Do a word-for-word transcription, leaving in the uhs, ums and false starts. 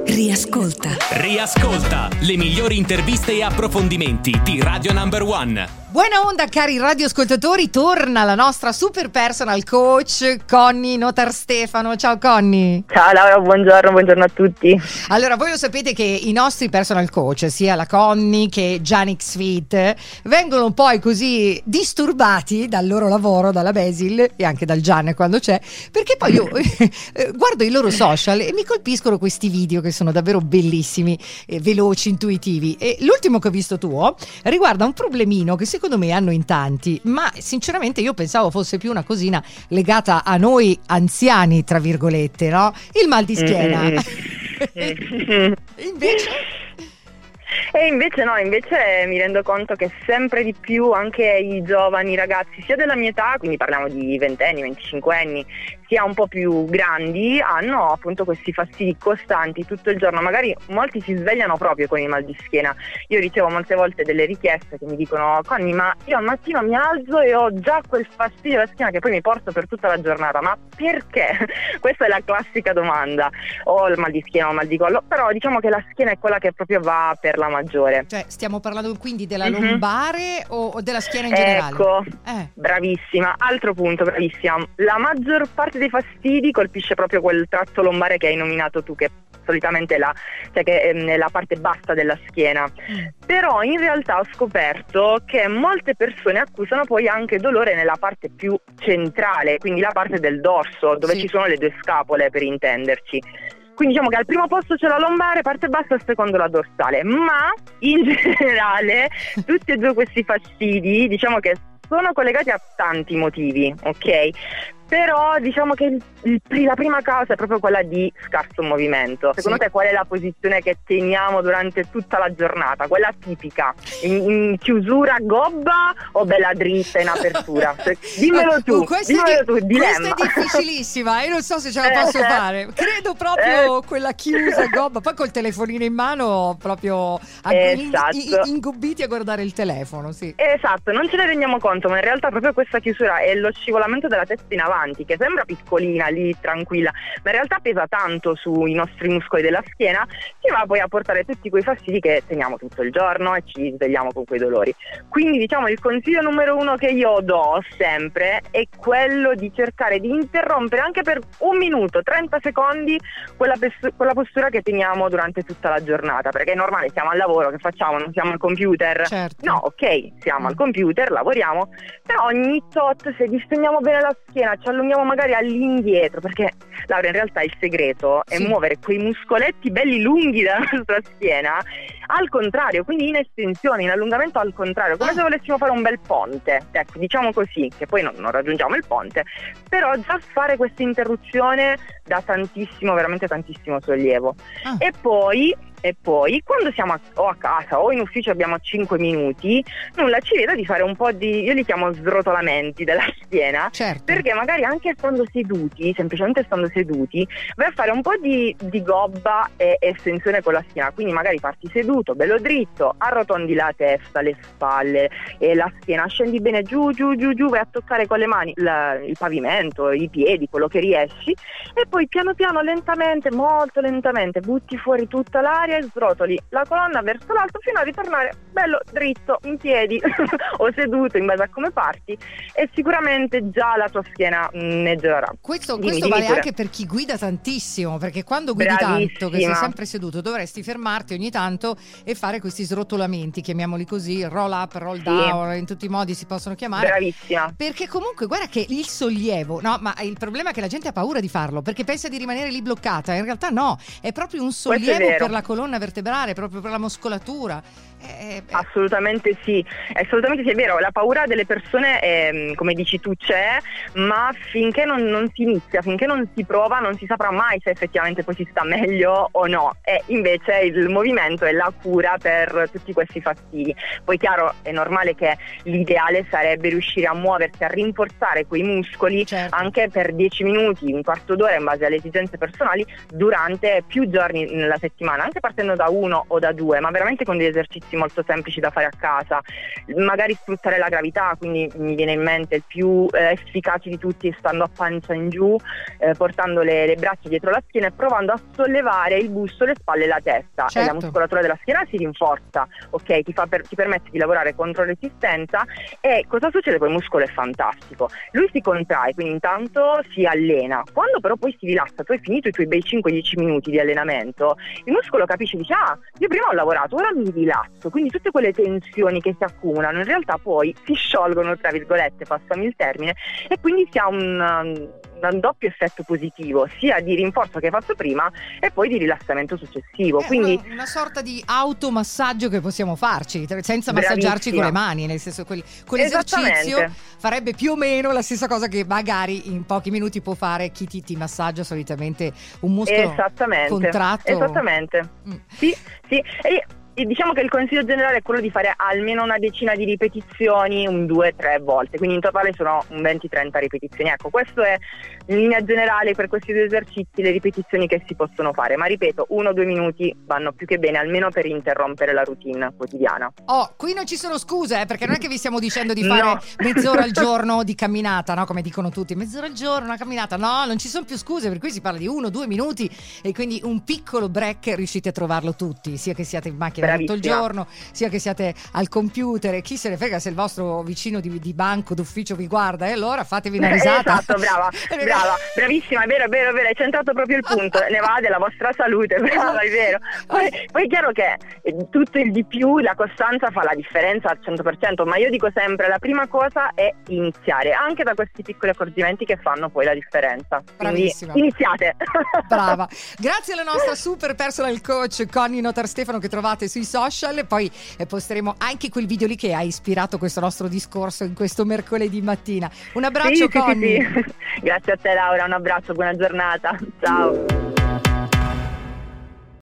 Riascolta. Riascolta le migliori interviste e approfondimenti di Radio Number One. Buona onda cari radioascoltatori, torna la nostra super personal coach Conny Notar Stefano. Ciao Conny. Ciao Laura, buongiorno, buongiorno a tutti. Allora, voi lo sapete che i nostri personal coach, sia la Conny che Janix Fit, vengono poi così disturbati dal loro lavoro, dalla Basil e anche dal Gian quando c'è, perché poi io guardo i loro social e mi colpiscono questi video che sono davvero bellissimi, eh, veloci, intuitivi. E l'ultimo che ho visto tuo riguarda un problemino che secondo me hanno in tanti, ma sinceramente io pensavo fosse più una cosina legata a noi anziani, tra virgolette, no? Il mal di schiena. Mm-hmm. Invece? E invece no, invece mi rendo conto che sempre di più anche i giovani ragazzi, sia della mia età, quindi parliamo di ventenni, venticinquenni, sia un po' più grandi, hanno appunto questi fastidi costanti tutto il giorno. Magari molti si svegliano proprio con il mal di schiena. Io ricevo molte volte delle richieste che mi dicono: Conny, ma io al mattino mi alzo e ho già quel fastidio alla schiena che poi mi porto per tutta la giornata, ma perché? Questa è la classica domanda. Ho il mal di schiena o mal di collo, però diciamo che la schiena è quella che proprio va per la maggiore. Cioè stiamo parlando quindi della Mm-hmm. lombare o, o della schiena in generale? Ecco, eh. bravissima, altro punto, bravissima. La maggior parte dei fastidi colpisce proprio quel tratto lombare che hai nominato tu, che solitamente è la, cioè che è la parte bassa della schiena. Mm. Però in realtà ho scoperto che molte persone accusano poi anche dolore nella parte più centrale, quindi la parte del dorso, dove sì. ci sono le due scapole, per intenderci. Quindi diciamo che al primo posto c'è la lombare, parte bassa, al secondo la dorsale, ma in generale tutti e due questi fastidi diciamo che sono collegati a tanti motivi, ok? Però diciamo che il, il, la prima causa è proprio quella di scarso movimento. Secondo sì. te qual è la posizione che teniamo durante tutta la giornata? Quella tipica, in, in chiusura gobba o bella dritta in apertura? Dimmelo tu, uh, questa dimmelo è, tu, dilemma. Questa è difficilissima, io non so se ce la posso fare. Credo proprio eh. quella chiusa gobba, poi col telefonino in mano proprio a, esatto. in, in, ingobbiti a guardare il telefono, sì. Esatto, non ce ne rendiamo conto, ma in realtà proprio questa chiusura è lo scivolamento della testa in avanti, che sembra piccolina lì, tranquilla, ma in realtà pesa tanto sui nostri muscoli della schiena, che va poi a portare tutti quei fastidi che teniamo tutto il giorno e ci svegliamo con quei dolori. Quindi diciamo il consiglio numero uno che io do sempre è quello di cercare di interrompere anche per un minuto, trenta secondi quella, pes- quella postura che teniamo durante tutta la giornata, perché è normale, siamo al lavoro, che facciamo? Non siamo al computer? Certo. No, ok, siamo al computer, lavoriamo, però ogni tot se distendiamo bene la schiena, ci allunghiamo magari all'indietro, perché Laura in realtà il segreto è sì. muovere quei muscoletti belli lunghi della nostra schiena al contrario, quindi in estensione, in allungamento al contrario, come ah. se volessimo fare un bel ponte, ecco, diciamo così, che poi non, non raggiungiamo il ponte, però già fare questa interruzione dà tantissimo, veramente tantissimo sollievo. Ah. E poi E poi quando siamo a, o a casa o in ufficio abbiamo cinque minuti, nulla ci vieta di fare un po' di, io li chiamo srotolamenti della schiena, certo. perché magari anche stando seduti, semplicemente stando seduti, vai a fare un po' di, di gobba e estensione con la schiena, quindi magari parti seduto, bello dritto, arrotondi la testa, le spalle e la schiena, scendi bene giù giù giù giù, vai a toccare con le mani la, il pavimento, i piedi, quello che riesci, e poi piano piano, lentamente, molto lentamente butti fuori tutta l'aria e srotoli la colonna verso l'alto fino a ritornare bello dritto in piedi o seduto, in base a come parti, e sicuramente già la tua schiena ne gioirà. Questo, dimmi, questo dimmi vale pure. Anche per chi guida tantissimo, perché quando guidi Bravissima. tanto, che sei sempre seduto, dovresti fermarti ogni tanto e fare questi srotolamenti, chiamiamoli così, roll up, roll sì. down, in tutti i modi si possono chiamare. Bravissima. Perché comunque guarda che il sollievo, no, ma il problema è che la gente ha paura di farlo, perché pensa di rimanere lì bloccata, in realtà no, è proprio un sollievo per la colonna vertebrale, proprio per la muscolatura. Eh, eh. Assolutamente sì, assolutamente sì, è vero, la paura delle persone è, come dici tu, c'è, ma finché non, non si inizia, finché non si prova, non si saprà mai se effettivamente poi si sta meglio o no, e invece il movimento è la cura per tutti questi fastidi. Poi chiaro, è normale che l'ideale sarebbe riuscire a muoversi, a rinforzare quei muscoli, certo, anche per dieci minuti, un quarto d'ora in base alle esigenze personali durante più giorni nella settimana, anche partendo da uno o da due, ma veramente con degli esercizi esercizi molto semplici da fare a casa, magari sfruttare la gravità, quindi mi viene in mente il più eh, efficace di tutti stando a pancia in giù, eh, portando le, le braccia dietro la schiena e provando a sollevare il busto, le spalle e la testa. Certo. E la muscolatura della schiena si rinforza, ok, ti, fa per, ti permette di lavorare contro resistenza. E cosa succede? Poi il muscolo è fantastico, lui si contrae, quindi intanto si allena, quando però poi si rilassa, tu hai finito i tuoi bei cinque dieci minuti di allenamento, il muscolo capisce, dice ah, io prima ho lavorato, ora mi rilasso, quindi tutte quelle tensioni che si accumulano in realtà poi si sciolgono, tra virgolette, passami il termine, e quindi si ha un, un doppio effetto positivo, sia di rinforzo che hai fatto prima e poi di rilassamento successivo. È quindi una, una sorta di automassaggio che possiamo farci senza massaggiarci Bravissima. con le mani, nel senso quel, quell'esercizio Esattamente. farebbe più o meno la stessa cosa che magari in pochi minuti può fare chi ti, ti massaggia solitamente un muscolo Esattamente. contratto. Esattamente. Mm. Sì, sì. E e diciamo che il consiglio generale è quello di fare almeno una decina di ripetizioni, un due tre volte, quindi in totale sono un venti trenta ripetizioni. Ecco, questo è in linea generale per questi due esercizi le ripetizioni che si possono fare, ma ripeto, uno o due minuti vanno più che bene, almeno per interrompere la routine quotidiana. Oh, qui non ci sono scuse, eh, perché non è che vi stiamo dicendo di fare No. mezz'ora al giorno di camminata, no? Come dicono tutti, mezz'ora al giorno una camminata. No, non ci sono più scuse, per cui si parla di uno o due minuti e quindi un piccolo break riuscite a trovarlo tutti, sia che siate in macchina tutto il giorno, sia che siate al computer, e chi se ne frega se il vostro vicino di, di banco, d'ufficio vi guarda, e allora fatevi una risata. Esatto, brava, brava, bravissima, è vero, è vero, è vero, hai centrato proprio il punto, ne va della vostra salute, brava, è vero. Poi, poi è chiaro che tutto il di più, la costanza fa la differenza al cento per cento, ma io dico sempre, la prima cosa è iniziare, anche da questi piccoli accorgimenti che fanno poi la differenza. Quindi Bravissima. iniziate. Brava. Grazie alla nostra super personal coach Conny Notarstefano, che trovate sui social. Poi eh, posteremo anche quel video lì che ha ispirato questo nostro discorso in questo mercoledì mattina. Un abbraccio, Sì, sì, Conny. sì, sì. Grazie a te, Laura, un abbraccio, buona giornata, ciao.